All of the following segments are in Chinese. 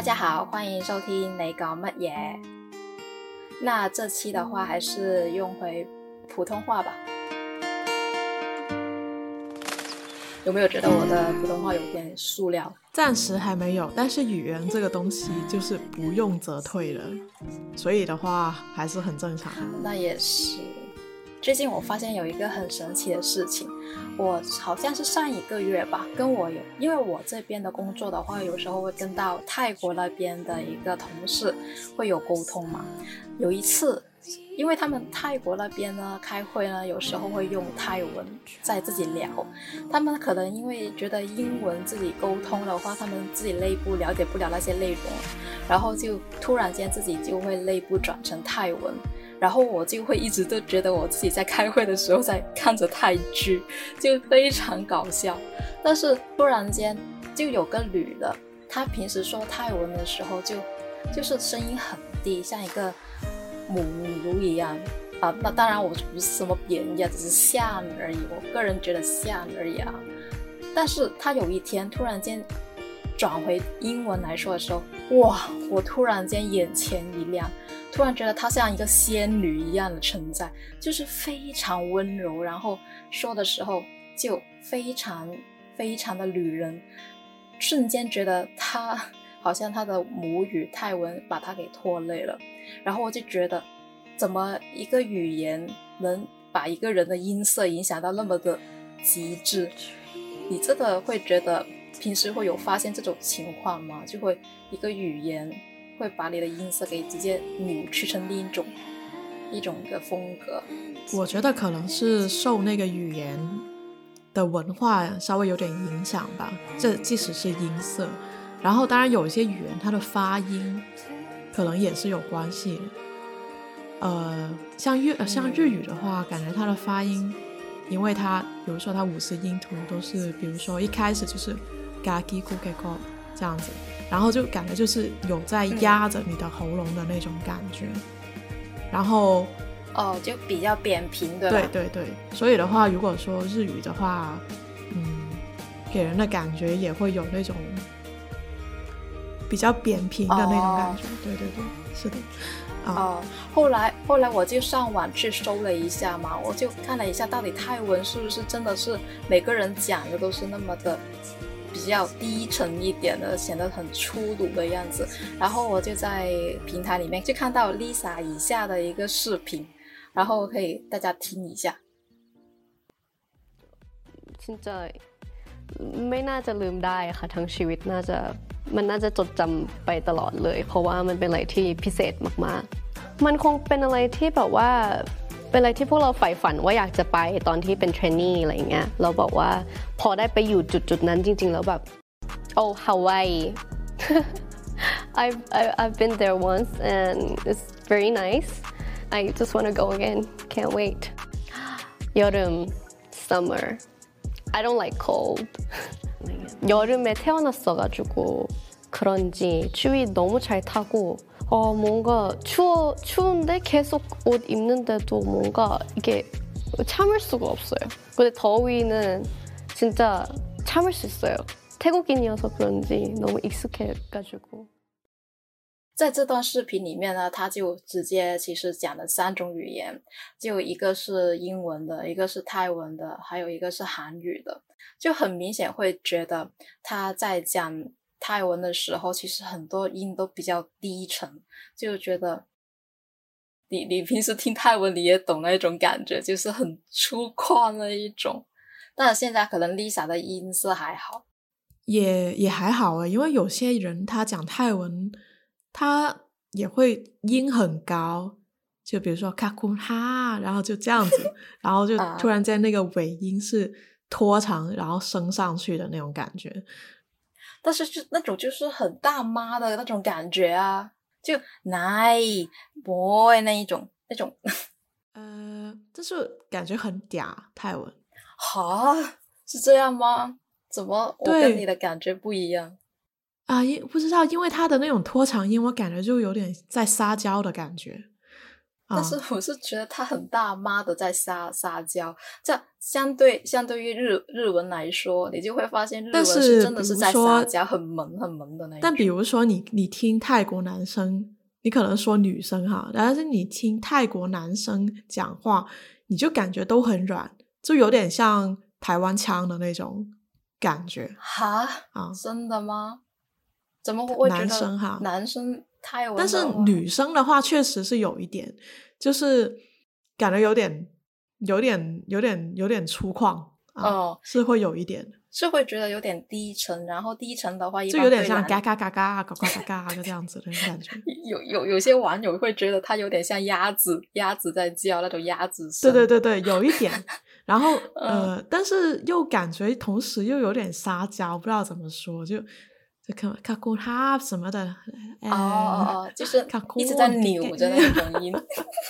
大家好，欢迎收听你講乜嘢。那这期的话还是用回普通话吧。有没有觉得我的普通话有点塑料？ 暂时还没有，但是语言这个东西就是不用则退了，所以的话还是很正常。 那也是。最近我发现有一个很神奇的事情，我好像是上一个月吧，因为我这边的工作的话，有时候会跟到泰国那边的一个同事会有沟通嘛。有一次，因为他们泰国那边呢开会呢，有时候会用泰文在自己聊，他们可能因为觉得英文自己沟通的话，他们自己内部了解不了那些内容，然后就突然间自己就会内部转成泰文。然后我就会一直都觉得我自己在开会的时候在看着泰剧，就非常搞笑。但是突然间就有个女的，她平时说泰文的时候就是声音很低，像一个母乳一样啊。那当然我不是什么贬义啊，只是像而已，我个人觉得像而已啊。但是她有一天突然间转回英文来说的时候，哇，我突然间眼前一亮，突然觉得她像一个仙女一样的存在，就是非常温柔，然后说的时候就非常非常的女人，瞬间觉得她好像她的母语泰文把她给拖累了。然后我就觉得怎么一个语言能把一个人的音色影响到那么的极致。你这个会觉得平时会有发现这种情况吗？就会一个语言会把你的音色给直接扭曲成另一种的风格。 我觉得可能是受那个语言的文化稍微有点影响吧，这即使是音色，然后当然有一些语言它的发音可能也是有关系的。像日语的话，感觉它的发音，因为它比如说它50音图都是，比如说一开始就是嘎叽咕给咕这样子，然后就感觉就是有在压着你的喉咙的那种感觉，然后就比较扁平，对吧？ 对对对，所以的话如果说日语的话，给人的感觉也会有那种比较扁平的那种感觉。对对对，是的。 后来我就上网去搜了一下嘛，我就看了一下到底泰文是不是真的是每个人讲的都是那么的比较低沉一点的，显得很粗鲁的样子。然后我就在平台里面就看到 Lisa 以下的一个视频，然后可以大家听一下。 진짜ไม่น่าจะลืมได้ค่ะทั้งชีวิตมันน่าจะจดจำไปตลอดเลยเพราะว่ามันเป็นอะไรที่พิเศษมากๆมันคงเป็นอะไรที่แบบว่าเป็นอะไรที่พวกเราใฝ่ฝันว่าอยากจะไปตอนที่เป็นเทรนนี่อะไรเงี้ยเราบอกว่าพอได้ไปอยู่จุดนั้นจริงๆแล้วแบบHawaii I've been there once and it's very nice I just want to go again can't wait 여름 summer I don't like cold 여름에 태어났어가지고 그런지 추위 너무 잘 타고 뭔가 추운데 계속 옷 입는데도 뭔가 이게 참을 수가 없어요. 근데 더위는 진짜 참을 수 있어요. 태국인이어서 그런지 너무 익숙해가지고。 在这段视频里面呢，他就直接其实讲了3种语言，就一个是英文的，一个是泰文的，还有一个是韩语的。就很明显会觉得他在讲泰文的时候，其实很多音都比较低沉，就觉得你平时听泰文你也懂那种感觉，就是很粗犷的一种。但是现在可能 Lisa 的音色还好， 也还好因为有些人他讲泰文他也会音很高，就比如说卡库哈，然后就这样子然后就突然间那个尾音是拖长然后升上去的那种感觉。 但是就那种就是很大妈的那种感觉啊，就奶 boy 那种就是感觉很嗲泰文。 哈，是这样吗？怎么我跟你的感觉不一样不知道，因为他的那种拖长音我感觉就有点在撒娇的感觉。 但是我是觉得他很大妈的在撒娇，这样相对于日文来说，你就会发现日文是真的是在撒娇，很萌很萌的那一种。 但比如说你听泰国男生，你可能说女生哈，但是你听泰国男生讲话，你就感觉都很软，就有点像台湾腔的那种感觉。 哈啊，真的吗？怎么会觉得男生泰文的话？ 但是女生的话确实是有一点，就是感觉有点粗犷啊，是会有一点， 是会觉得有点低沉，然后低沉的话就有点像嘎嘎嘎嘎嘎嘎嘎嘎这样子的感觉。 有些网友会觉得他有点像鸭子在叫那种鸭子声。 对，有一点。然后但是又感觉同时又有点撒娇，不知道怎么说，就卡库哈什么的。 就是一直在扭着那种音。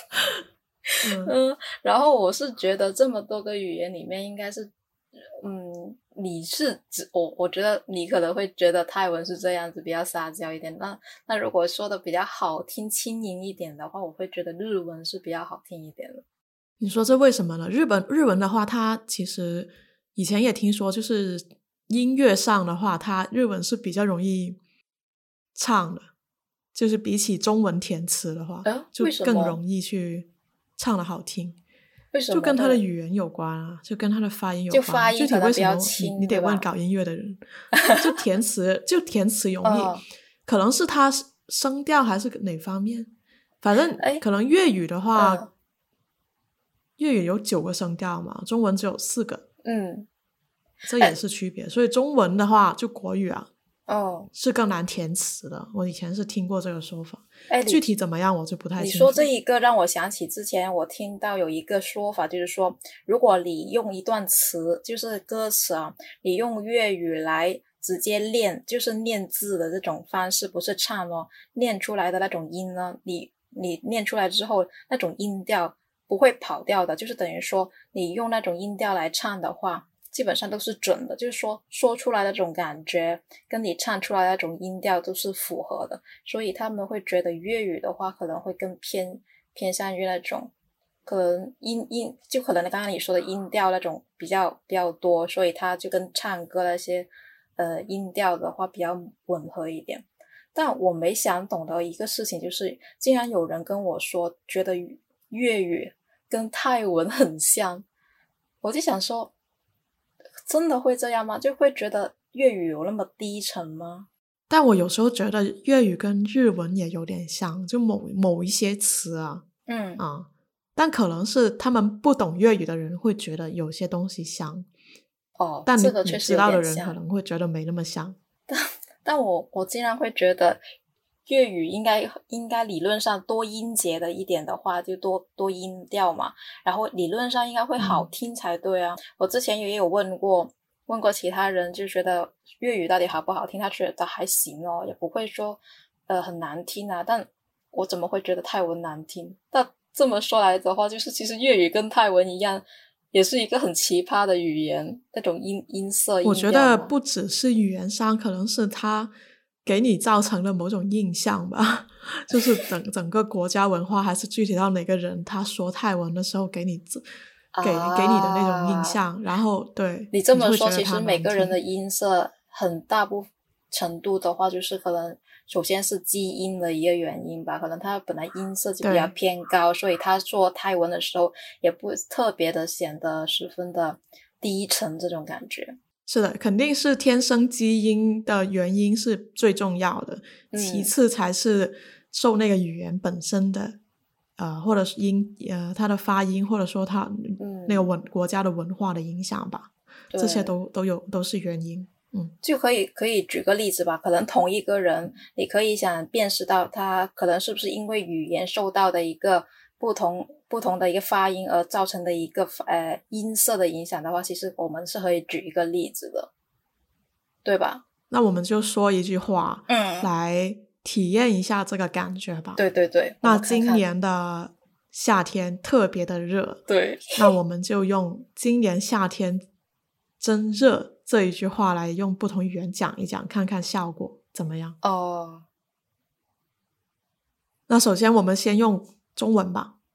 然后我是觉得这么多个语言里面应该是你是我觉得你可能会觉得泰文是这样子比较撒娇一点，那如果说的比较好听轻盈一点的话，我会觉得日文是比较好听一点的。 你说这为什么呢？日文的话，它其实以前也听说，就是音乐上的话，它日文是比较容易唱的，就是比起中文填词的话，就更容易去唱的好听。 为什么？ 就跟他的语言有关啊，就跟他的发音有关。 就发音具体为什么你得问搞音乐的人。就填词容易，可能是他声调还是哪方面？反正可能粤语的话，粤语有9个声调嘛，中文只有4个。这也是区别。所以中文的话，就国语啊，是更难填词的。我以前是听过这个说法，具体怎么样我就不太清楚。 你说这一个让我想起之前我听到有一个说法，就是说如果你用一段词，就是歌词啊，你用粤语来直接练，就是念字的这种方式，不是唱哦，念出来的那种音呢，你念出来之后那种音调不会跑掉的，就是等于说你用那种音调来唱的话，基本上都是准的，就是说出来的这种感觉跟你唱出来的那种音调都是符合的，所以他们会觉得粤语的话可能会更偏向于那种可能音就可能刚刚你说的音调那种比较多，所以它就跟唱歌那些音调的话比较吻合一点。但我没想懂的一个事情就是，竟然有人跟我说觉得粤语跟泰文很像，我就想说真的会这样吗？就会觉得粤语有那么低沉吗？ 但我有时候觉得粤语跟日文也有点像，就某一些词啊，但可能是他们不懂粤语的人会觉得有些东西像，但这个确实有点像， 你知道的人可能会觉得没那么像。 但我竟然会觉得粤语应该理论上多音节的一点的话就多音调嘛，然后理论上应该会好听才对啊。我之前也有问过其他人，就觉得粤语到底好不好听，他觉得还行哦，也不会说很难听啊。但我怎么会觉得泰文难听？但这么说来的话，就是其实粤语跟泰文一样，也是一个很奇葩的语言，那种音色音调。 我觉得不只是语言上，可能是它给你造成了某种印象吧，就是整个国家文化，还是具体到哪个人他说泰文的时候给你的那种印象。然后对你这么说，其实每个人的音色很大部分程度的话，就是可能首先是基因的一个原因吧，可能他本来音色就比较偏高，所以他说泰文的时候也不特别的显得十分的低沉这种感觉。 是的，肯定是天生基因的原因是最重要的，其次才是受那个语言本身的或者是它的发音，或者说它那个国家的文化的影响吧，这些都是原因。 就可以举个例子吧，可能同一个人，你可以想辨识到他可能是不是因为语言受到的一个不同的一个发音而造成的一个音色的影响的话，其实我们是可以举一个例子的，对吧？ 那我们就说一句话，来体验一下这个感觉吧。 对对对。 那今年的夏天特别的热， 对， 那我们就用今年夏天真热这一句话来用不同语言讲一讲，看看效果怎么样。 哦。 那首先我们先用中文吧。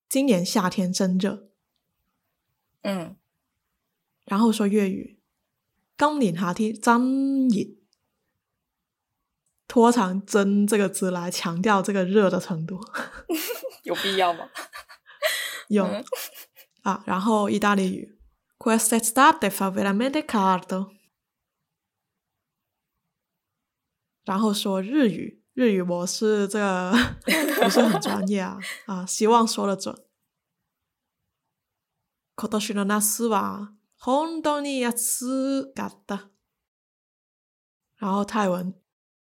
今年夏天真热。然后说粤语，今年夏天真热，拖长真这个字来强调这个热的程度。 有必要吗？ 有然后意大利语 quest'estate fa veramente caldo。 然后说日语我是这个不是很专业希望说得准。今年の夏は本当に暑かった。然后泰文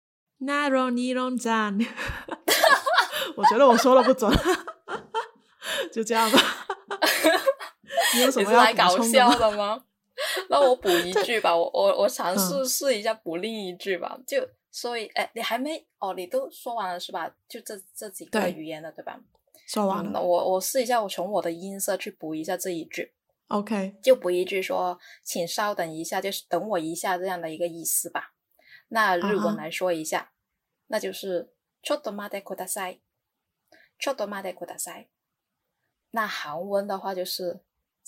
나로니롱잔。我觉得我说的不准。就这样吧。你有什么要补充的吗？ 你是来搞笑的吗？那我补一句吧。我尝试一下补另一句吧。就所以你还没你都说完了是吧？就这几个语言的 对吧？ 说完了。 我试一下，我从我的音色去补一下这一句。 OK， 就补一句说请稍等一下，就是等我一下这样的一个意思吧。那日文来说一下，那就是ちょっと待ってください。ちょっと待ってください。那韩文的话就是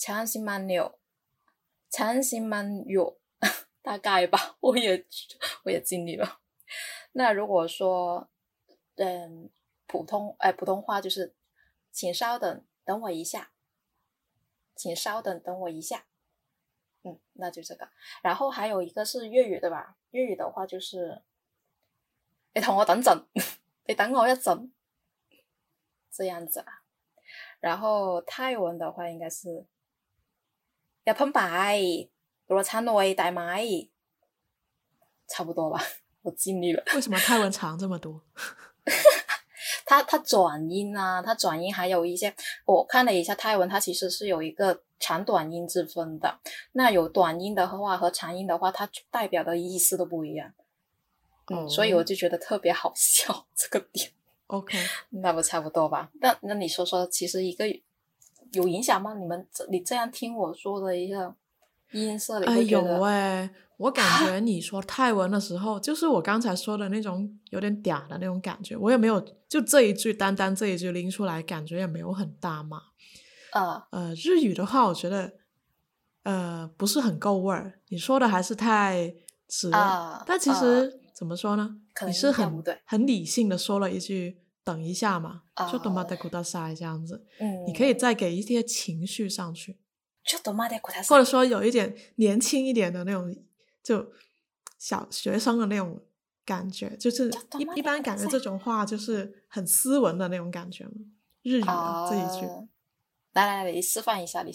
잠시만요。잠시만요。大概吧，我也尽力了。那如果说普通话就是请稍等，等我一下。请稍等，等我一下。那就这个。然后还有一个是粤语对吧？粤语的话就是你同我等陣，你等我一陣，这样子啊。然后泰文的话应该是อย่าเพิ่งไปรอฉันหน่อยได้ไหม，差不多吧，我尽力了。 为什么泰文长这么多？ 它转音它转音还有一些，我看了一下泰文，它其实是有一个长短音之分的。那有短音的话和长音的话，它代表的意思都不一样。所以我就觉得特别好笑这个点。 OK， 那不差不多吧？那你说，其实一个有影响吗？你这样听我说的一个音色，你会觉得有我感觉你说泰文的时候，就是我刚才说的那种有点嗲的那种感觉，我也没有就这一句单这一句拎出来，感觉也没有很大嘛。日语的话，我觉得不是很够味儿。你说的还是太直了，但其实怎么说呢？你是很理性的说了一句等一下嘛，ちょっと待ってください这样子。你可以再给一些情绪上去， ちょっと待ってください， 或者说有一点年轻一点的那种，就小学生的那种感觉，就是一般感觉这种话就是很斯文的那种感觉嘛。日语这一句， 来，你示范一下，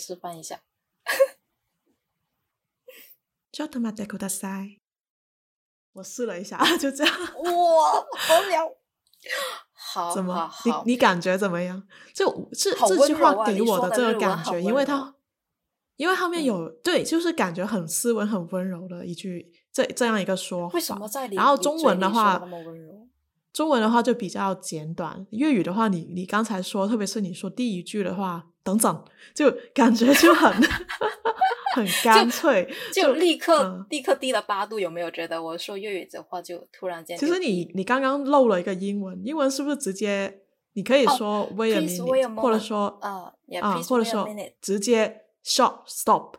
ちょっと待ってください。我试了一下，就这样。 哇，好了。好， 怎么？ 好你感觉怎么样？就是这句话给我的这个感觉，因为后面有对，就是感觉很斯文、很温柔的一句这样一个说法。 为什么在然后中文的话， 那么温柔？ 中文的话就比较简短。粤语的话，你刚才说，特别是你说第一句的话，等等，就感觉就很很干脆， 就立刻低了8度。有没有觉得我说粤语的话就突然间？ 其实你刚刚漏了一个英文，英文是不是直接你可以说 wait a minute， 或者说或者说直接 stop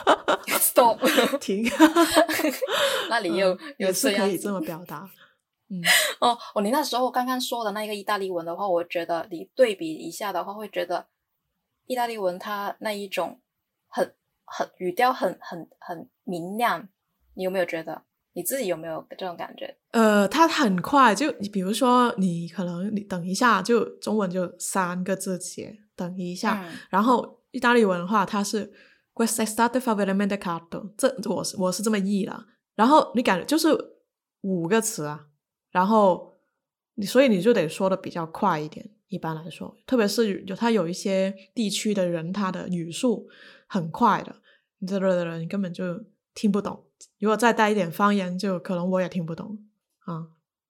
停。 那你也是可以这么表达。 你那时候刚刚说的那个意大利文的话，我觉得你对比一下的话，会觉得意大利文它那一种很语调很明亮，你有没有觉得？你自己有没有这种感觉？ 它很快，就你比如说你可能你等一下，就中文就3个字节，等一下，然后意大利文的话它是 quest'estate fa veramente caldo， 这我是这么译了，然后你感觉就是5个词啊，然后所以你就得说的比较快一点，一般来说，特别是它有一些地区的人，他的语速很快的，你这的人根本就听不懂，如果再带一点方言，就可能我也听不懂啊。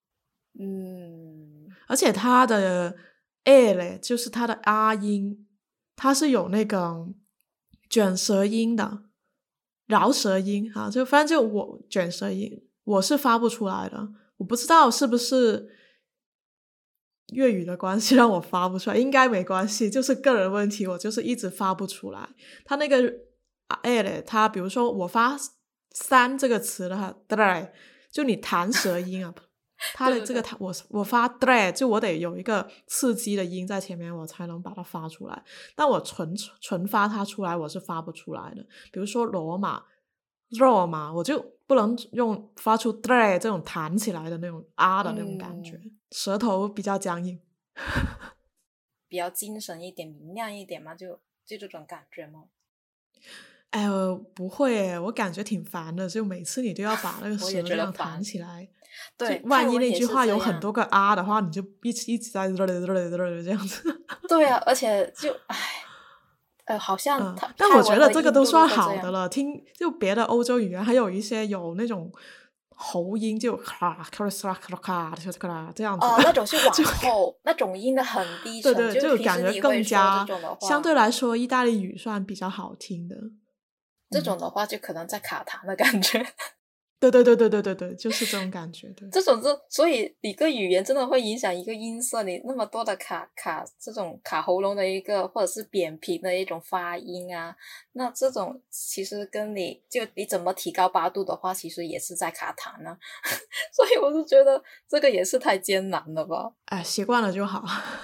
而且它的 a 嘞，就是它的 r 音，它是有那个卷舌音的，饶舌音啊，就反正就我卷舌音，我是发不出来的，我不知道是不是粤语的关系让我发不出来，应该没关系，就是个人问题，我就是一直发不出来。他那个他比如说我发三这个词的话，对，就你弹舌音啊，他的这个我发对，就我得有一个刺激的音在前面，我才能把它发出来。但我纯发它出来，我是发不出来的。比如说罗马、肉嘛，我就不能用发出对这种弹起来的那种的那种感觉，舌头比较僵硬， 比较精神一点、明亮一点嘛，就这种感觉吗？ 哎，不会，我感觉挺烦的，就每次你都要把那个舌这样弹起来。 对， 万一那句话有很多个的话，你就一直在这样子。 对啊，而且就好像但我觉得这个都算好的了。听就别的欧洲语言，还有一些有那种喉音，就咔这样子。 那种是往后，那种音的很低沉， 对，就感觉更加相对来说，意大利语算比较好听的。 这种的话就可能在卡痰的感觉。 对，就是这种感觉。对， 所以一个语言真的会影响一个音色，你那么多的这种卡喉咙的一个或者是扁平的一种发音啊，那这种其实跟你怎么提高八度的话，其实也是在卡痰啊。所以我就觉得这个也是太艰难了吧。 习惯了就好。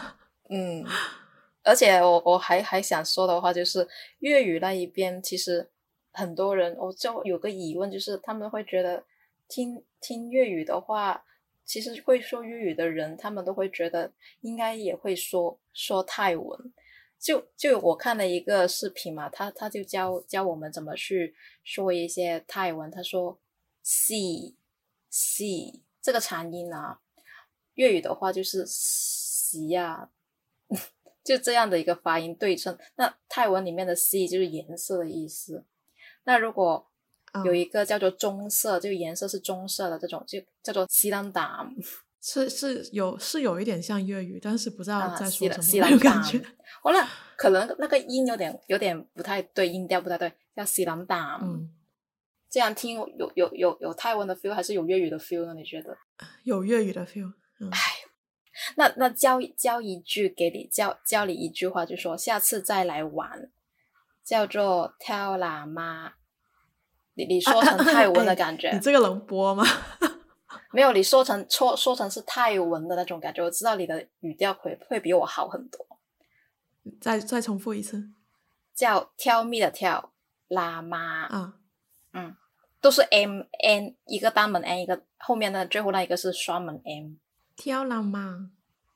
而且我还想说的话就是粤语那一边其实很多人我就有个疑问，就是他们会觉得听粤语的话，其实会说粤语的人他们都会觉得应该也会说泰文。就我看了一个视频嘛，他就教我们怎么去说一些泰文。他说 C 这个长音啊，粤语的话就是习啊，就这样的一个发音对称。那泰文里面的 C 就是颜色的意思。那如果有一个叫做棕色，就颜色是棕色的这种，就叫做西兰达， 是有一点像粤语，但是不知道在说什么西兰感觉。 那可能那个音有点不太对，音调不太对，叫西兰达。这样听有泰文的 feel 还是有粤语的 feel 呢？你觉得？ 有粤语的 feel。 那教一句给你教你一句话，就说下次再来玩，叫做跳喇嘛。你说成泰文的感觉。 你这个能播吗？ 没有，你说成是泰文的那种感觉。我知道你的语调会比我好很多。 再重复一次。 叫挑蜜的挑，喇嘛。都是 M， 一个单门 N， 一个后面的最后那一个是双门 M。 挑喇嘛。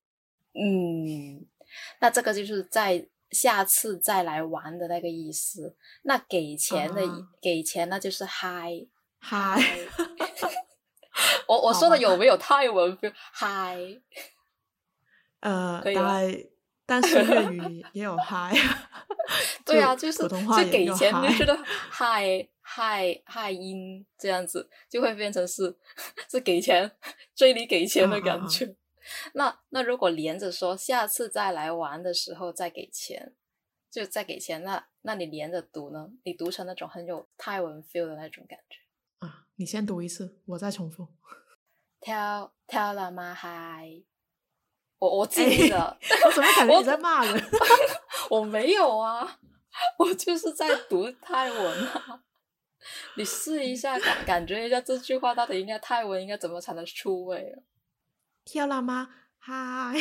那这个就是在下次再来玩的那个意思。那给钱那就是嗨。我说的有没有泰文 feel？ 嗨。可以吗？ 但是粤语也有嗨。 对啊，就是普通话就给钱就就觉得嗨音这样子，就会变成是给钱，追你给钱的感觉。那如果连着说下次再来玩的时候再给钱，就再给钱，那你连着读呢？你读成那种很有泰文 feel 的那种感觉。 你先读一次，我再重复。 跳喇嘛嗨。我记了。 我怎么感觉你在骂人？ 我没有啊，我就是在读泰文啊。你试一下，感觉一下这句话到底应该泰文应该怎么才能出位啊？ 跳喇嘛嗨。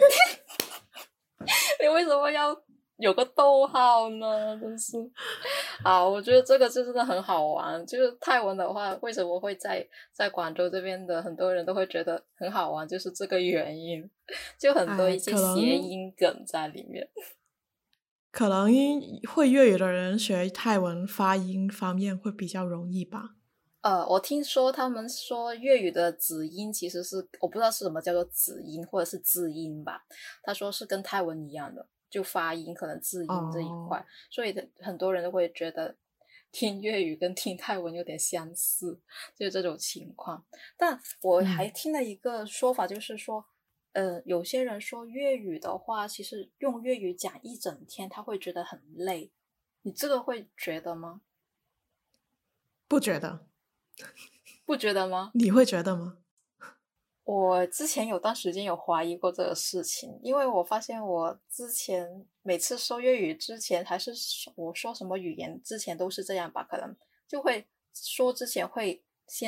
你为什么要有个逗号呢？真是我觉得这个就真的很好玩。就是泰文的话，为什么会在广州这边的很多人都会觉得很好玩，就是这个原因。就很多一些谐音梗在里面。 可能会粤语的人学泰文发音方面会比较容易吧。 我听说他们说粤语的子音其实是我不知道是什么叫做子音或者是字音吧。他说是跟泰文一样的，就发音可能字音这一块。所以很多人都会觉得听粤语跟听泰文有点相似，就是这种情况。但我还听了一个说法，就是说有些人说粤语的话，其实用粤语讲一整天他会觉得很累。你这个会觉得吗？ 不觉得。 不觉得吗？ 你会觉得吗？ 我之前有段时间有怀疑过这个事情，因为我发现我之前每次说粤语之前，还是我说什么语言之前都是这样吧，可能就会说之前会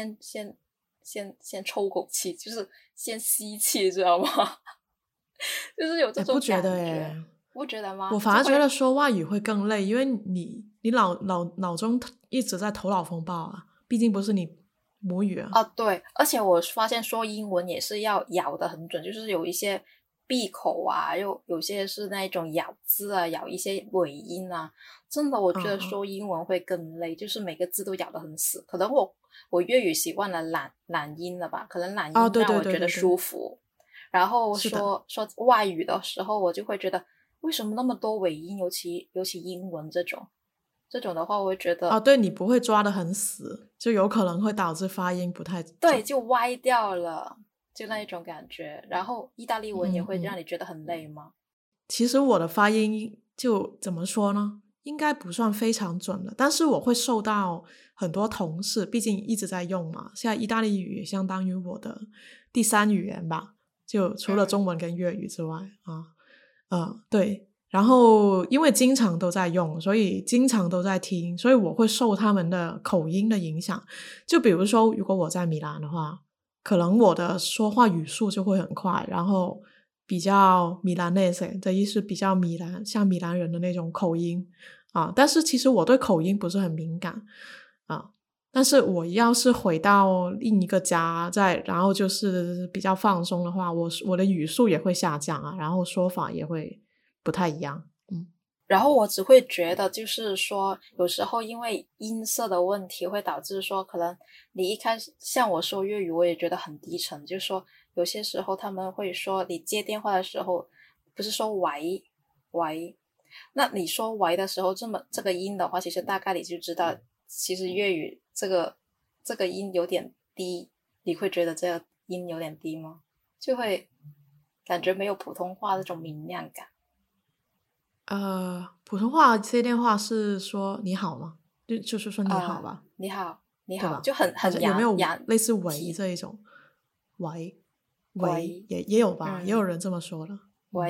先抽口气，就是先吸气，知道吗？就是有这种不觉得感耶， 不觉得吗？ 我反而就会觉得说外语会更累，因为你脑中一直在头脑风暴啊，毕竟不是你母语啊。 对，而且我发现说英文也是要咬得很准，就是有一些闭口啊，又有些是那种咬字啊，咬一些尾音啊。真的，我觉得说英文会更累，就是每个字都咬得很死。可能我粤语习惯了懒音了吧，可能懒音对让我觉得对对对对， 舒服。然后是的。 说外语的时候，我就会觉得为什么那么多尾音，尤其英文这种的话，我会觉得对，你不会抓得很死，就有可能会导致发音不太对， 准。 就歪掉了，就那一种感觉。然后意大利文也会让嗯， 你觉得很累吗？ 其实我的发音就怎么说呢，应该不算非常准的，但是我会受到很多同事，毕竟一直在用嘛，现在意大利语相当于我的第3语言吧，就除了中文跟粤语之外对。然后因为经常都在用，所以经常都在听，所以我会受他们的口音的影响。就比如说，如果我在米兰的话，可能我的说话语速就会很快，然后比较米兰内塞的意思，比较米兰，像米兰人的那种口音但是其实我对口音不是很敏感啊。但是我要是回到另一个家，然后就是比较放松的话，我的语速也会下降啊，然后说法也会不太一样。 然后我只会觉得，就是说，有时候因为音色的问题，会导致说，可能你一开始像我说粤语，我也觉得很低沉。就是说，有些时候他们会说，你接电话的时候，不是说喂，那你说喂的时候，这个音的话，其实大概你就知道，其实粤语这个音有点低，你会觉得这个音有点低吗？就会感觉没有普通话那种明亮感。 普通话接电话是说你好吗？就是说你好吧， 你好， 对吧？ 就很好像有没有洋类似喂体这一种？喂喂， 也有吧，也有人这么说的。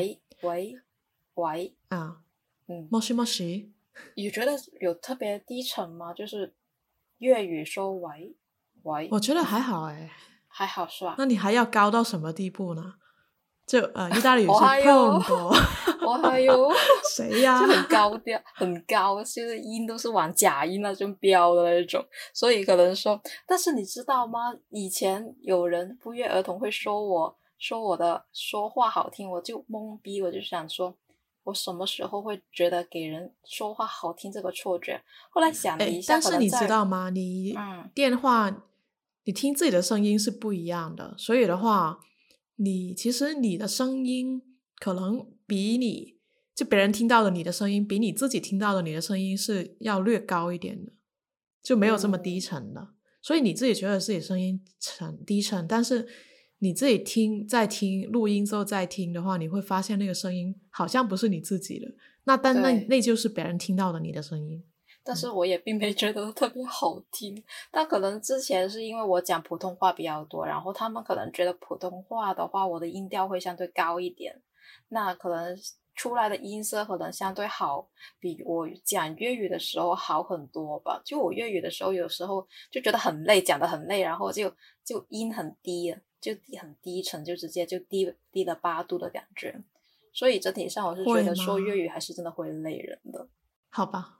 喂， 啊， 嗯， もしもし， 你觉得有特别低沉吗？就是粤语说喂， 我觉得还好哎。 还好是吧？ 那你还要高到什么地步呢？就意大利语是我还有 pronto， 我还有谁呀？ 就很高调，很高，就是音都是往假音那种飙的那种，所以可能说，但是你知道吗？以前有人不约而同会说我的说话好听，我就懵逼，我就想说，我什么时候会觉得给人说话好听这个错觉？后来想了一下， 但是你知可能在道吗？你电话，你听自己的声音是不一样的，所以的话，其实你的声音可能就别人听到的你的声音，比你自己听到的你的声音是要略高一点的，就没有这么低沉的。所以你自己觉得自己声音低沉，但是你自己再听录音之后再听的话，你会发现那个声音好像不是你自己的，那就是别人听到的你的声音。 但是我也并没觉得特别好听，但可能之前是因为我讲普通话比较多，然后他们可能觉得普通话的话，我的音调会相对高一点，那可能出来的音色可能相对好，比我讲粤语的时候好很多吧。就我粤语的时候，有时候就觉得很累，讲得很累，然后就音很低，就很低沉，就直接就低了8度的感觉。所以整体上我是觉得说粤语还是真的会累人的。 好吧。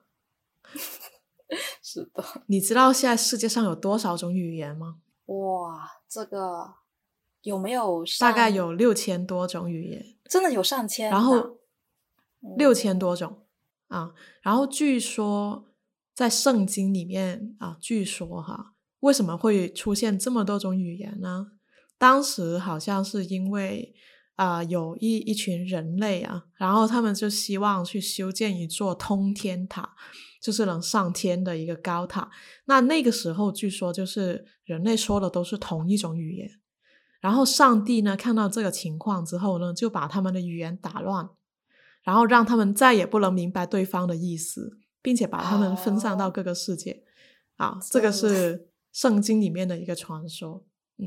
是的。 你知道现在世界上有多少种语言吗？ 哇，这个有没有大概有6000多种语言， 真的有上千？ 然后6000多种然后据说在圣经里面据说为什么会出现这么多种语言呢？当时好像是因为有一群人类然后他们就希望去修建一座通天塔，就是能上天的一个高塔。那个时候据说就是人类说的都是同一种语言，然后上帝呢看到这个情况之后呢，就把他们的语言打乱，然后让他们再也不能明白对方的意思，并且把他们分散到各个世界这个是圣经里面的一个传说。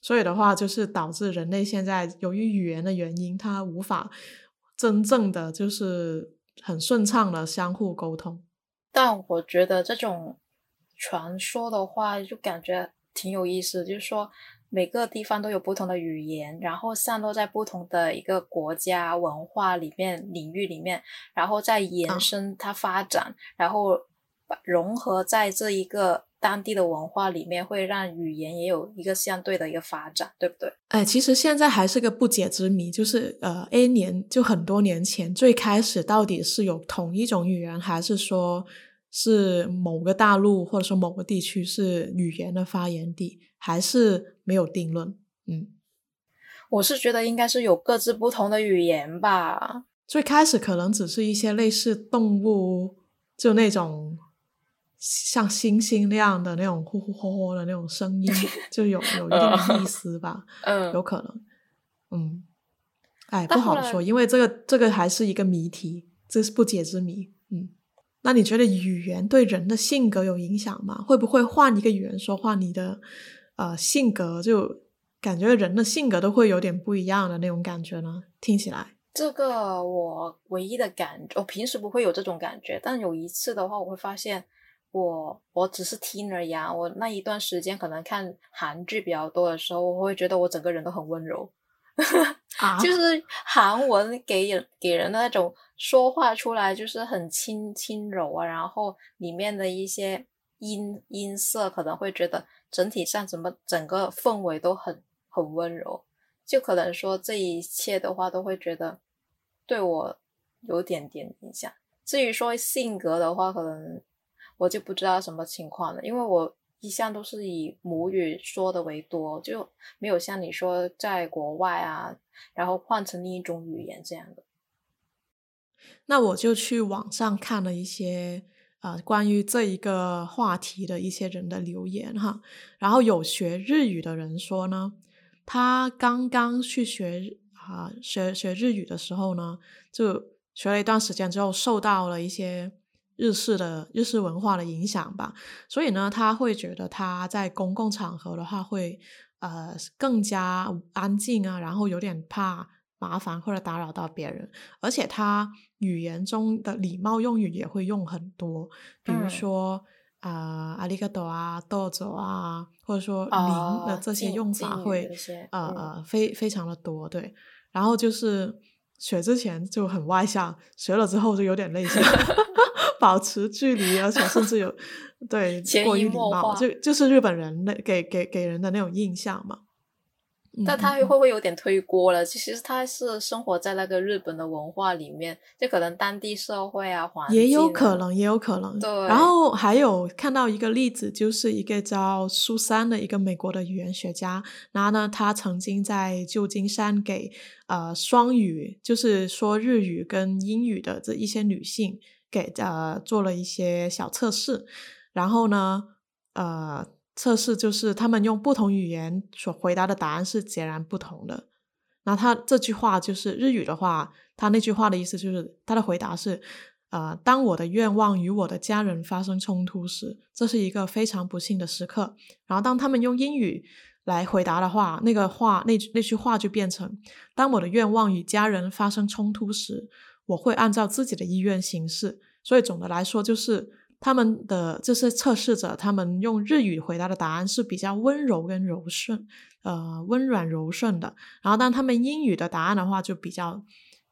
所以的话就是导致人类现在由于语言的原因，它无法真正的就是很顺畅的相互沟通。 但我觉得这种传说的话就感觉挺有意思，就是说每个地方都有不同的语言，然后散落在不同的一个国家文化里面领域里面，然后再延伸它发展，然后融合在这一个当地的文化里面，会让语言也有一个相对的一个发展，对不对？ 其实现在还是个不解之谜，就是就很多年前最开始到底是有同一种语言，还是说是某个大陆或者说某个地区是语言的发源地，还是没有定论。 我是觉得应该是有各自不同的语言吧。 最开始可能只是一些类似动物，就那种像猩猩那样的那种呼呼吼吼的那种声音，就有一定意思吧。有可能。不好说，因为这个还是一个谜题，这是不解之谜。那你觉得语言对人的性格有影响吗？会不会换一个语言说话，你的性格就感觉人的性格都会有点不一样的那种感觉呢？听起来这个我唯一的感觉，我平时不会有这种感觉，但有一次的话，我会发现我只是听而已啊。我那一段时间可能看韩剧比较多的时候，我会觉得我整个人都很温柔。就是韩文给人的那种说话出来就是很轻柔啊，然后里面的一些音色可能会觉得整体上整个氛围都很温柔，就可能说这一切的话都会觉得对我有点影响。至于说性格的话，可能我就不知道什么情况了，因为我一向都是以母语说的为多，就没有像你说在国外啊，然后换成另一种语言这样的。 那我就去网上看了一些关于这一个话题的一些人的留言哈，然后有学日语的人说呢，他刚刚去学日语的时候呢，就学了一段时间之后，受到了一些日式文化的影响吧，所以呢，他会觉得他在公共场合的话会更加安静啊，然后有点怕麻烦或者打扰到别人，而且他语言中的礼貌用语也会用很多，比如说阿里嘎多啊、豆走啊，或者说您的这些用法会非常的多，对。然后就是学之前就很外向，学了之后就有点内向，保持距离，而且甚至有对过于礼貌，就是日本人给人的那种印象嘛。 但他会不会有点推锅了？其实他是生活在那个日本的文化里面，就可能当地社会啊、环境也有可能。 对。 然后还有看到一个例子，就是一个叫苏珊的一个美国的语言学家，然后呢，他曾经在旧金山给双语，就是说日语跟英语的这一些女性给做了一些小测试，然后呢测试就是他们用不同语言所回答的答案是截然不同的。那他这句话就是日语的话，他那句话的意思就是他的回答是当我的愿望与我的家人发生冲突时，这是一个非常不幸的时刻。然后当他们用英语来回答的话，那句话就变成当我的愿望与家人发生冲突时，我会按照自己的意愿行事。所以总的来说就是他们的这些测试者，他们用日语回答的答案是比较温柔跟柔顺，温软柔顺的。然后当他们英语的答案的话，就比较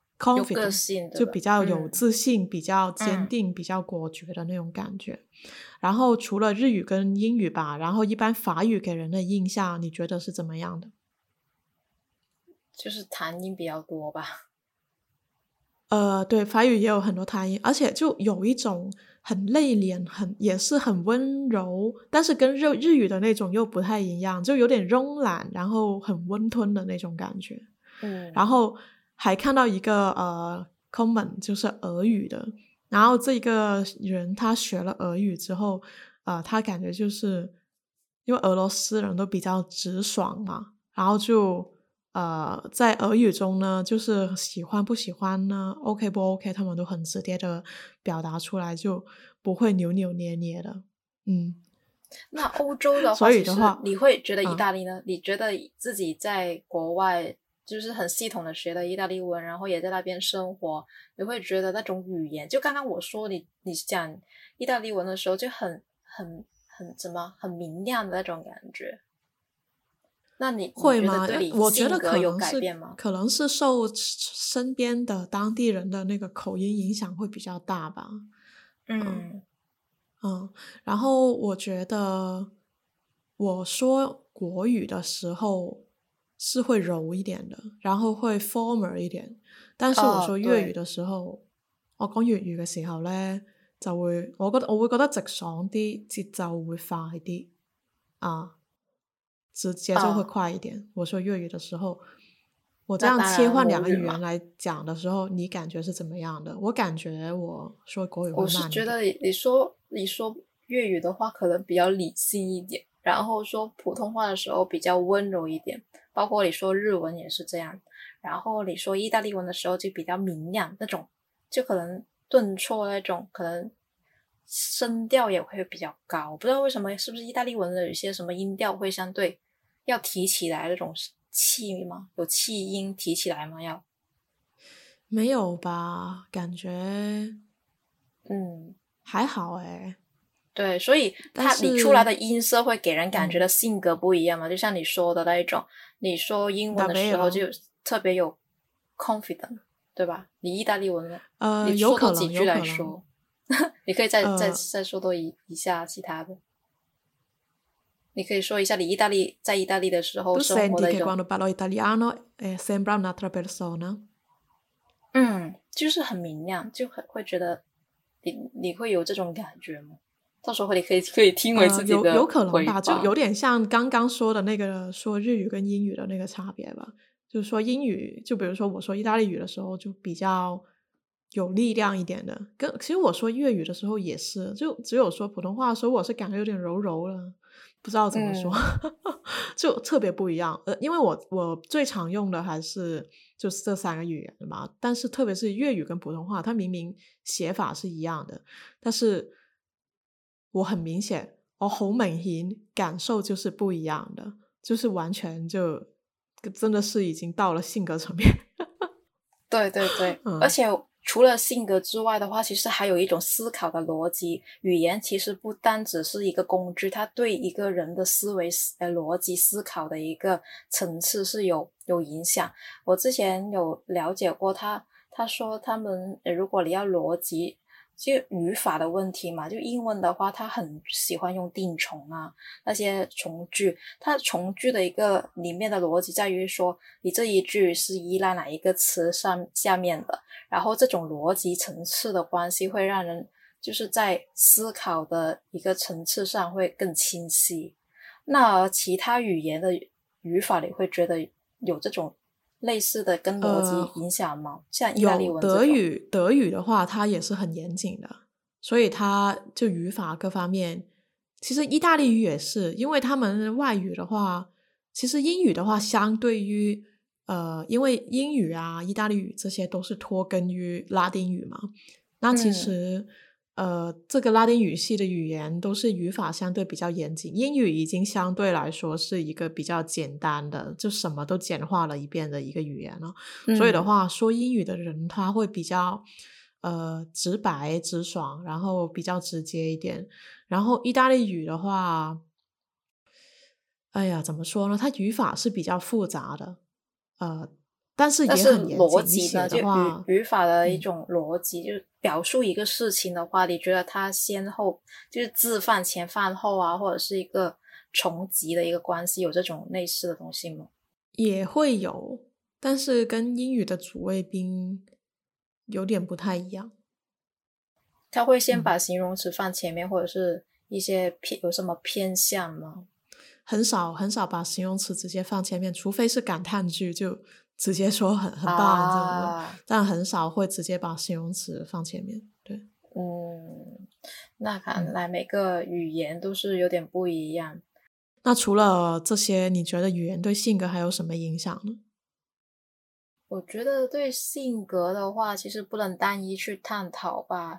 confident， 就比较有自信，比较坚定，比较果决的那种感觉。然后除了日语跟英语吧，然后一般法语给人的印象，你觉得是怎么样的？ 就是弹音比较多吧。 对，法语也有很多弹音，而且就有一种很内敛，也是很温柔，但是跟日语的那种又不太一样，就有点慵懒，然后很温吞的那种感觉。然后还看到一个comment 就是俄语的，然后这个人他学了俄语之后，他感觉就是因为俄罗斯人都比较直爽嘛，然后就在俄语中呢，就是喜欢不喜欢呢 OK 不 OK 他们都很直接的表达出来，就不会扭扭捏捏的。 那欧洲的话， 所以的话其实你会觉得意大利呢？你觉得自己在国外就是很系统的学了意大利文，然后也在那边生活，你会觉得那种语言，就刚刚我说你讲意大利文的时候，就很怎么很明亮的那种感觉。那你会吗？ 觉得对你我觉得性格有改变吗？ 可能是受身边的当地人的那个口音影响会比较大吧。 嗯， 然后我觉得我说国语的时候是會柔一點的，然後會 formal 一點。但是我說粵語的時候，我講粵語嘅時候呢，就會我會覺得直爽啲，節奏會快啲啊，節奏會快一點。我說粵語的時候，我這樣切換兩個語言來講的時候，你感覺是怎麼樣的？我感覺我說國語會慢一點。 我是覺得你說粵語的話可能比較理性一點，然後說普通話的時候比較溫柔一點，包括你說日文也是這樣，然後你說意大利文的時候就比較明亮那種，就可能頓挫那種，可能聲調也會比較高。不知道為什麼，是不是意大利文的有些什麼音調會相對要提起來那種氣嗎？有氣音提起來嗎？要沒有吧，感覺還好誒。 對，所以你出來的音色會給人感覺的性格不一樣嘛，就像你說的那一種，你說英文的時候就特別有 confident， 對吧？你意大利文你說多幾句來說，你可以再說多一下其他的。你可以說一下你在意大利的時候生活的一種。 Tu senti che quando parlo italiano sembra un'altra persona？ 就是很明亮，就會覺得你會有這種感覺嗎？到時候你可以聽為自己的有可能吧，就有點像剛剛說的那個說日語跟英語的那個差別吧。就是說英語，就比如說我說意大利語的時候就比較有力量一點的，其實我說粵語的時候也是，就只有說普通話的時候我是感覺有點柔柔了，不知道怎麼說，就特別不一樣。因為我最常用的還是就是這三個語言嘛，但是特別是粵語跟普通話，它明明寫法是一樣的，但是我很明顯，我好明顯感受就是不一樣的，就是完全就真的是已經到了性格層面。 對對對，而且除了性格之外的話，其實還有一種思考的邏輯。語言其實不單只是一個工具，它對一個人的思維邏輯思考的一個層次是有影響。我之前有了解過他說他們如果你要邏輯就語法的問題嘛，就英文的話他很喜歡用定重啊，那些從句，它從句的一個裡面的邏輯在於說你這一句是依賴哪一個詞下面的，然後這種邏輯層次的關係會讓人就是在思考的一個層次上會更清晰。那其他語言的語法你會覺得有這種類似的跟邏輯影響嗎？像意大利文這種。 德語的話它也是很嚴謹的，所以它就語法各方面，其實意大利語也是，因為他們外語的話，其實英語的話相對於因為英語啊意大利語這些都是脫根於拉丁語嘛，那其實這個拉丁語系的語言都是語法相對比較嚴謹，英語已經相對來說是一個比較簡單的，就什麼都簡化了一遍的一個語言了。所以的話，說英語的人他會比較直白直爽，然後比較直接一點。然後意大利語的話，哎呀，怎麼說呢？它語法是比較複雜的，但是也很嚴謹。 邏輯呢，就語法的一種邏輯，就是表述一個事情的話，你覺得它先後就是字放前放後啊，或者是一個重集的一個關係，有這種類似的東西嗎？ 也會有，但是跟英語的主謂賓有點不太一樣。 它會先把形容詞放前面，或者是一些有什麼偏向嗎？ 很少把形容詞直接放前面，除非是感嘆句就直接說很棒這樣的，但很少會直接把形容詞放前面。對， 那看來每個語言都是有點不一樣。 那除了這些，你覺得語言對性格還有什麼影響呢？ 我覺得對性格的話，其實不能單一去探討吧。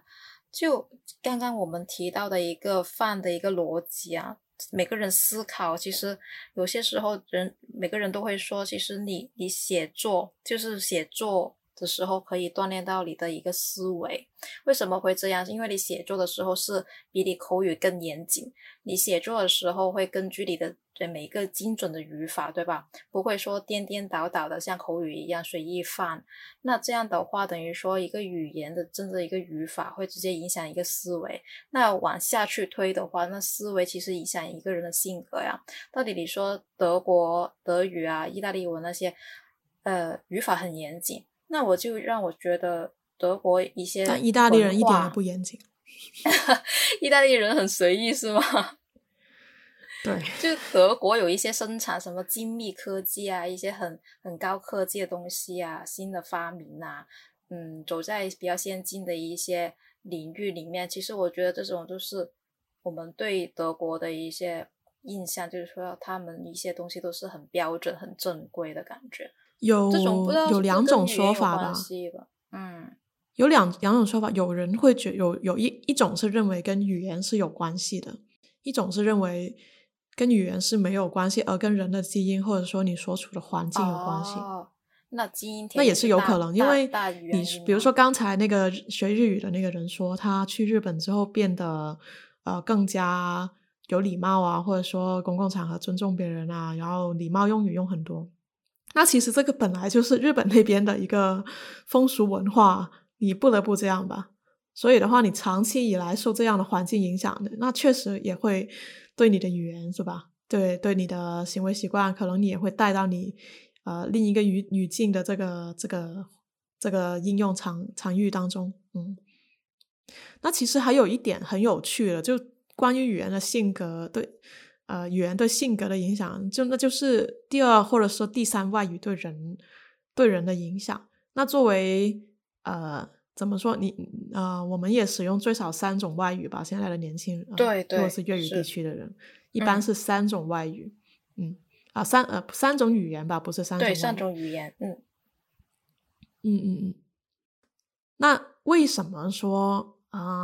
就刚刚我们提到的一个饭的一个逻辑啊，每个人思考，其实有些时候每个人都会说，其实你写作就是写作的时候可以锻炼到你的一个思维。为什么会这样？因为你写作的时候是比你口语更严谨，你写作的时候会根据你的每一个精准的语法，对吧？不会说颠颠倒倒的像口语一样随意放。那这样的话，等于说一个语言的真的一个语法会直接影响一个思维。那往下去推的话，那思维其实影响一个人的性格呀。到底你说德国德语啊、意大利文那些，语法很严谨，那让我觉得德国一些但意大利人一点也文化不严谨。 意大利人很随意是吗？ 对， 就德国有一些生产什么精密科技啊，一些很高科技的东西啊，新的发明啊，走在比较先进的一些领域里面。其实我觉得这种就是我们对德国的一些印象，就是说他们一些东西都是很标准、很正规的感觉。这种不知道是有不是两种跟语言有关说法吧。 系吧？ 有两种说法，有人会有一种是认为跟语言是有关系的，一种是认为跟语言是没有关系，而跟人的基因或者说你所处的环境有关系。 哦，那基因那也是田也是有可能，因为大你原因吗？ 比如说刚才那个学日语的那个人说，他去日本之后变得更加有礼貌啊，或者说公共场合尊重别人啊，然后礼貌用语用很多。那其实这个本来就是日本那边的一个风俗文化，你不得不这样吧。所以的话，你长期以来受这样的环境影响的，那确实也会对你的语言是吧？对你的行为习惯，可能你也会带到你另一个语境的这个应用场域当中。那其实还有一点很有趣的，就关于语言的性格语言对性格的影响，那就是第二或者说第三外语对人的影响。那作为怎么说我们也使用最少3种外语吧，现在的年轻人对对如果是粤语地是， 区的人，一般是3种外语。三种语言吧，不是三对， 种外语。 三种语言， 嗯嗯嗯。那为什么说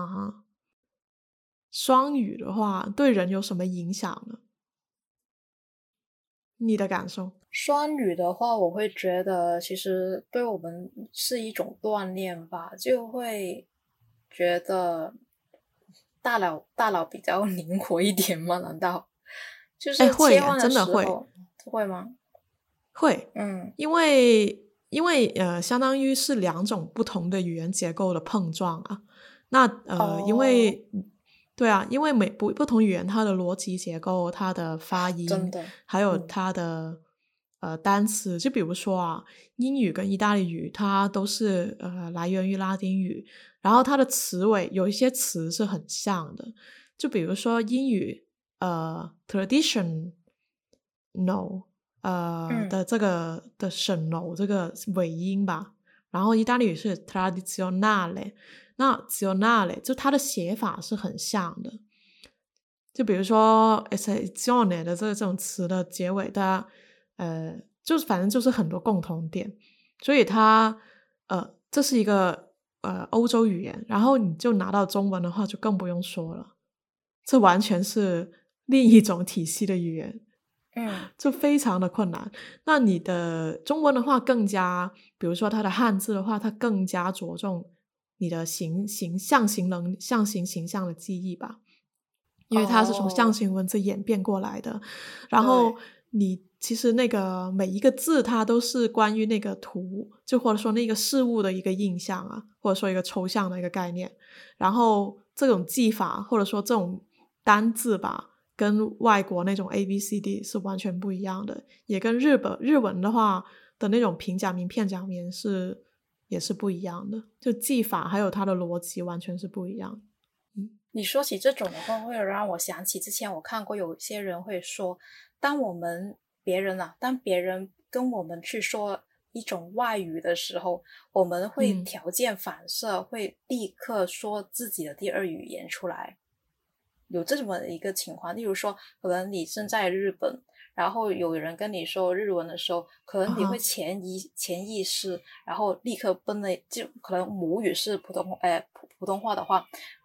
双语的话对人有什么影响呢？你的感受？ 双语的话，我会觉得其实对我们是一种锻炼吧，就会觉得大脑比较灵活一点吗？难道就哎， 是会耶， 切换的真的会。 时候会吗？ 会， 嗯， 因为相当于是2种不同的语言结构的碰撞啊。那哦， 对啊，因为不同语言它的逻辑结构、它的发音， 真的， 还有它的单词，就比如说英语跟意大利语，它都是来源于拉丁语，然后它的词尾有一些词是很像的，就比如说英语traditional。 嗯， 的这个的省楼这个尾音吧，然后意大利语是 tradizionale，那 zionale 就它的写法是很像的，就比如说 estazione 的这种词的结尾，它就是反正就是很多共同点，所以它这是一个欧洲语言，然后你就拿到中文的话就更不用说了，这完全是另一种体系的语言。 嗯， 就非常的困难。那你的中文的话更加比如说它的汉字的话，它更加着重你的象形形象的记忆吧。因为它是从象哦， 形文字演变过来的，然后对， 你其实那个每一个字它都是关于那个图，就或者说那个事物的一个印象啊，或者说一个抽象的一个概念，然后这种记法或者说这种单字吧，跟外国那种 ABCD 是完全不一样的，也跟日文的话的那种平假名片假名也是不一样的，就记法还有它的逻辑完全是不一样的。 你说起这种的话，会让我想起之前我看过有些人会说，当别人跟我们去说一种外语的时候，我们会嗯条件反射，会立刻说自己的第二语言出来。有这么一个情况，例如说，可能你身在日本，然后有人跟你说日文的时候，可能你会啊哈。 潜意识，然后立刻奔了，就可能母语是普通话的话，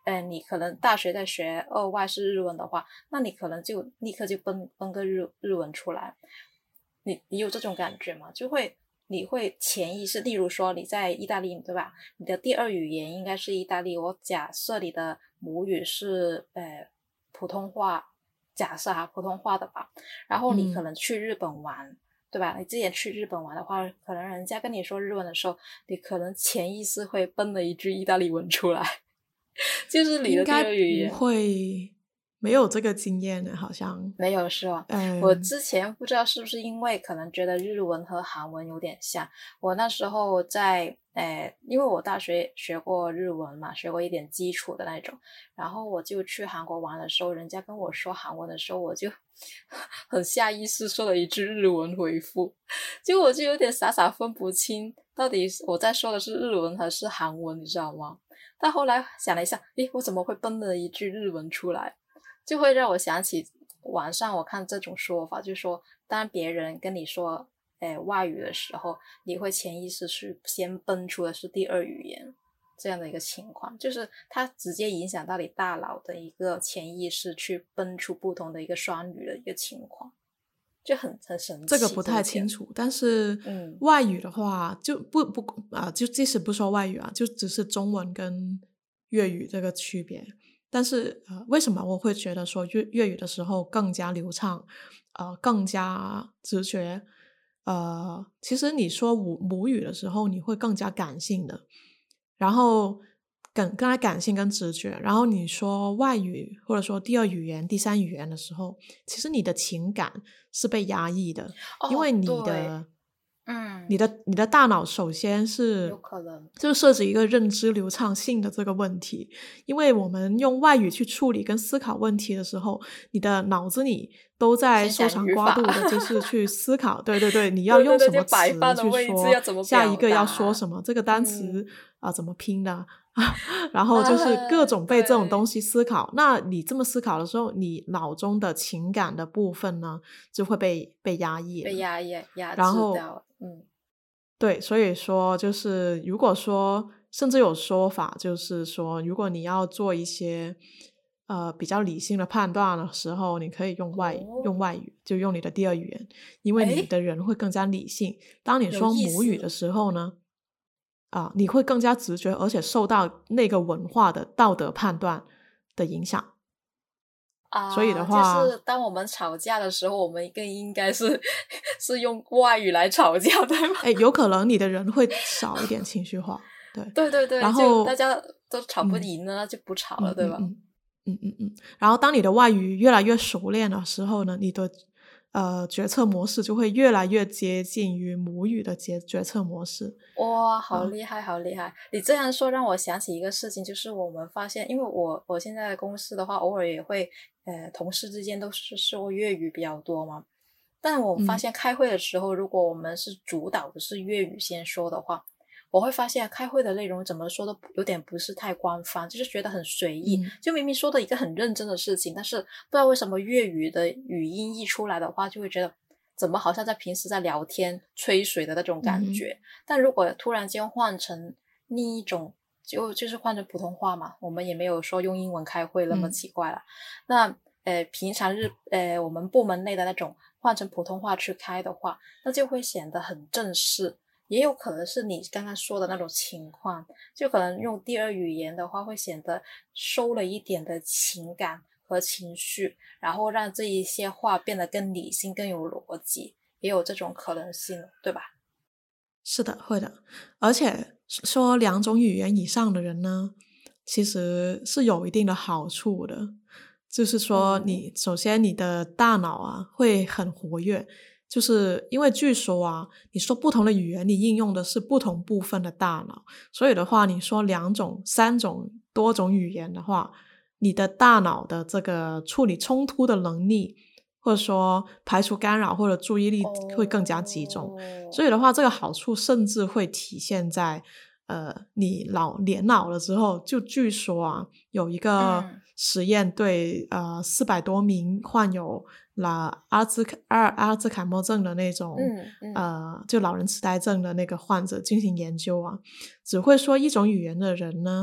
你可能大学在学二外是日文的话，那你可能就立刻就蹦个日文出来。你有这种感觉吗？你会潜意识，例如说你在意大利对吧，你的第二语言应该是意大利，我假设你的母语是普通话，假设普通话的吧，然后你可能去日本玩对吧，你之前去日本玩的话，可能人家跟你说日文的时候，你可能潜意识会蹦了一句意大利文出来就是你的第二语言。 应该不会，没有这个经验的，好像没有是吧？我之前不知道是不是因为可能觉得日文和韩文有点像，我那时候在因为我大学学过日文嘛，学过一点基础的那种，然后我就去韩国玩的时候，人家跟我说韩文的时候，我就很下意识说了一句日文回复，结果我就有点傻傻分不清到底我在说的是日文还是韩文，你知道吗？但后来想了一下，诶，我怎么会蹦了一句日文出来，就会让我想起网上我看这种说法，就是说当别人跟你说外语的时候，你会潜意识是先蹦出的是第二语言，这样的一个情况，就是它直接影响到你大脑的一个潜意识去蹦出不同的一个双语的一个情况，就很神奇。 这个不太清楚，但是外语的话就就即使不说外语就只是中文跟粤语这个区别。但是为什么我会觉得说粤语的时候更加流畅，更加直觉？其实你说母语的时候，你会更加感性的，然后更加感性跟直觉。然后你说外语或者说第二语言、第三语言的时候，其实你的情感是被压抑的，因为你的。你的大脑首先是有可能就涉及一个认知流畅性的这个问题，因为我们用外语去处理跟思考问题的时候，你的脑子里都在搜肠刮肚的就是去思考对对对，你要用什么词去说下一个要说什么，这个单词怎么拼的然后就是各种被这种东西思考那你这么思考的时候，你脑中的情感的部分呢就会被压抑压制掉对，所以说就是如果说甚至有说法就是说，如果你要做一些比较理性的判断的时候，你可以用外语就用你的第二语言，因为你的人会更加理性。当你说母语的时候呢你会更加直觉，而且受到那个文化的道德判断的影响所以的话就是当我们吵架的时候，我们更应该是用外语来吵架对吗？ 有可能你的人会少一点情绪化对， 然后大家都吵不赢了那就不吵了对吧？ 然后当你的外语越来越熟练的时候呢，你的决策模式就会越来越接近于母语的决策模式。 哇，好厉害好厉害！你这样说让我想起一个事情，就是我们发现，因为我现在的公司的话，偶尔也会同事之间都是说粤语比较多嘛，但我们发现开会的时候，如果我们是主导的是粤语先说的话，我会发现开会的内容怎么说都有点不是太官方，就是觉得很随意就明明说的一个很认真的事情，但是不知道为什么粤语的语音一出来的话，就会觉得怎么好像在平时在聊天吹水的那种感觉但如果突然间换成另一种就是换成普通话嘛，我们也没有说用英文开会那么奇怪了那平常我们部门内的那种换成普通话去开的话，那就会显得很正式，也有可能是你刚刚说的那种情况，就可能用第二语言的话会显得收了一点的情感和情绪，然后让这一些话变得更理性更有逻辑，也有这种可能性对吧？ 是的会的，而且说两种语言以上的人呢其实是有一定的好处的，就是说你首先你的大脑会很活跃，就是因为据说你说不同的语言你应用的是不同部分的大脑，所以的话你说2种3种多种语言的话，你的大脑的这个处理冲突的能力或者说排除干扰或者注意力会更加集中所以的话这个好处甚至会体现在你年老了之后，就据说有一个实验对400多名患有了阿兹海默症的那种就老人痴呆症的那个患者进行研究只会说一种语言的人呢，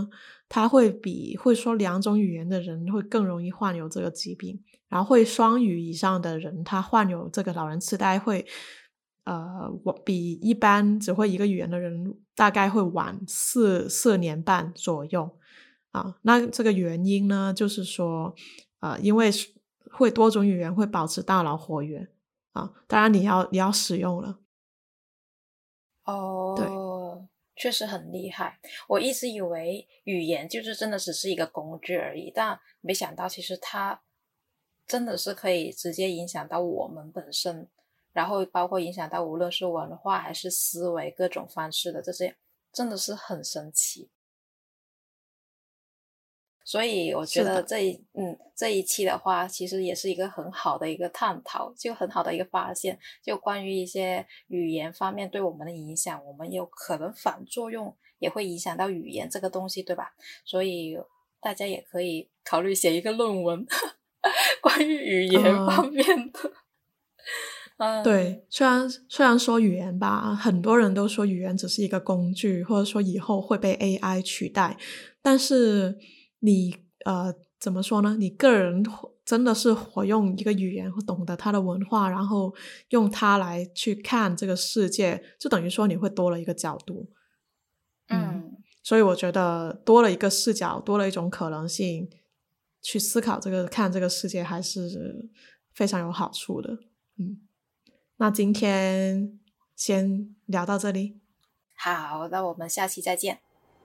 他会比会说2种语言的人会更容易患有这个疾病，然后会双语以上的人，他患有这个老人痴呆会比一般只会1个语言的人大概会晚4年半左右啊。那这个原因呢，就是说因为会多种语言会保持大脑活跃啊，当然你要使用了。对， 确实很厉害。我一直以为语言就是真的只是一个工具而已，但没想到其实它真的是可以直接影响到我们本身，然后包括影响到无论是文化还是思维各种方式的，这些真的是很神奇。所以我觉得这一期的话其实也是一个很好的一个探讨，就很好的一个发现，就关于一些语言方面对我们的影响，我们有可能反作用也会影响到语言这个东西，对吧？所以大家也可以考虑写一个论文关于语言方面的。 对，虽然说语言吧，很多人都说语言只是一个工具，或者说以后会被 AI 取代，但是你怎么说呢？你个人真的是活用一个语言，懂得它的文化，然后用它来去看这个世界，就等于说你会多了一个角度。所以我觉得多了一个视角，多了一种可能性，去思考看这个世界还是非常有好处的。那今天先聊到这里。 好，那我们下期再见。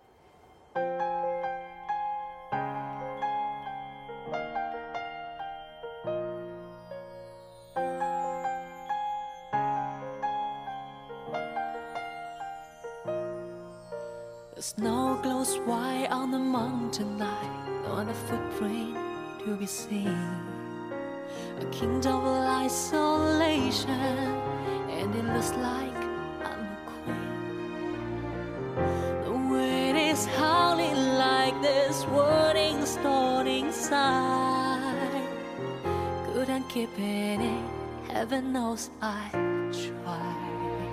The snow glows white on the mountain night, not a footprint to be seen. A kingdom of isolation, and it looks like I'm a queen. The wind is howling like this wording stored inside. Couldn't keep it in, heaven knows I tried.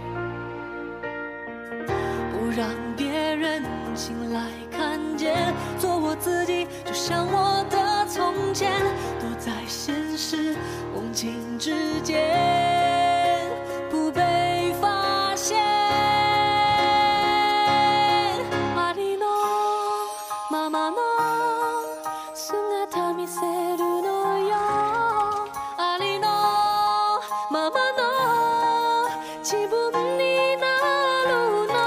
不让别人醒来看见，做我自己，就像我的从前，躲在现实梦境之间，不被发现。ありのままの姿見せるのよ。ありのままの自分になるの。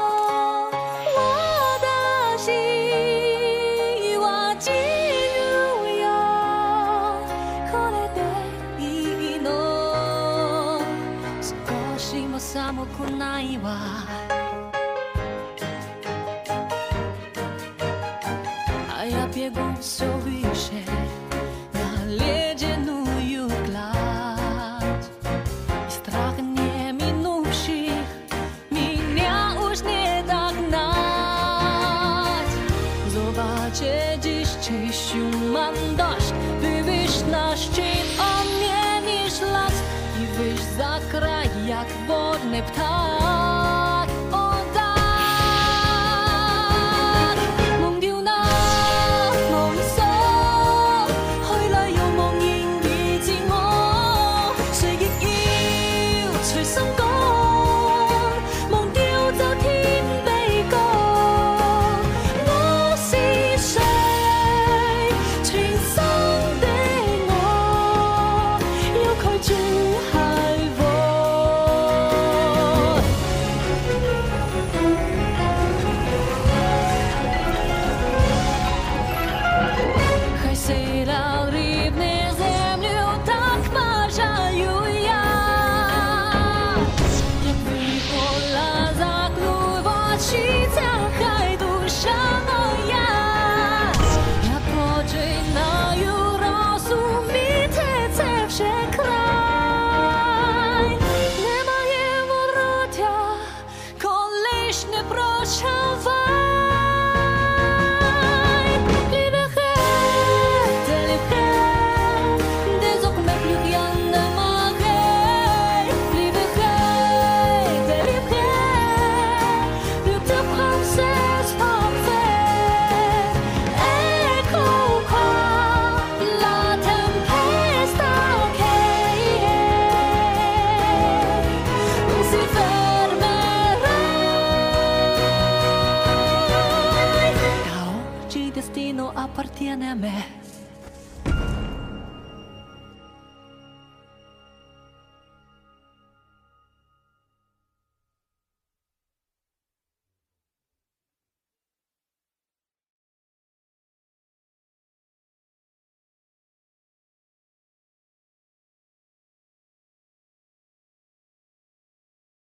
寒くないわ。I heb je goed zo wiesje, na leedje nu je glad. I strach nie minuvších, меня už nedognať. Zobače dziś ciesiu mam dość, wyjść na szczyt, on nie niż las i wyjść za kraj jak wodny ptak.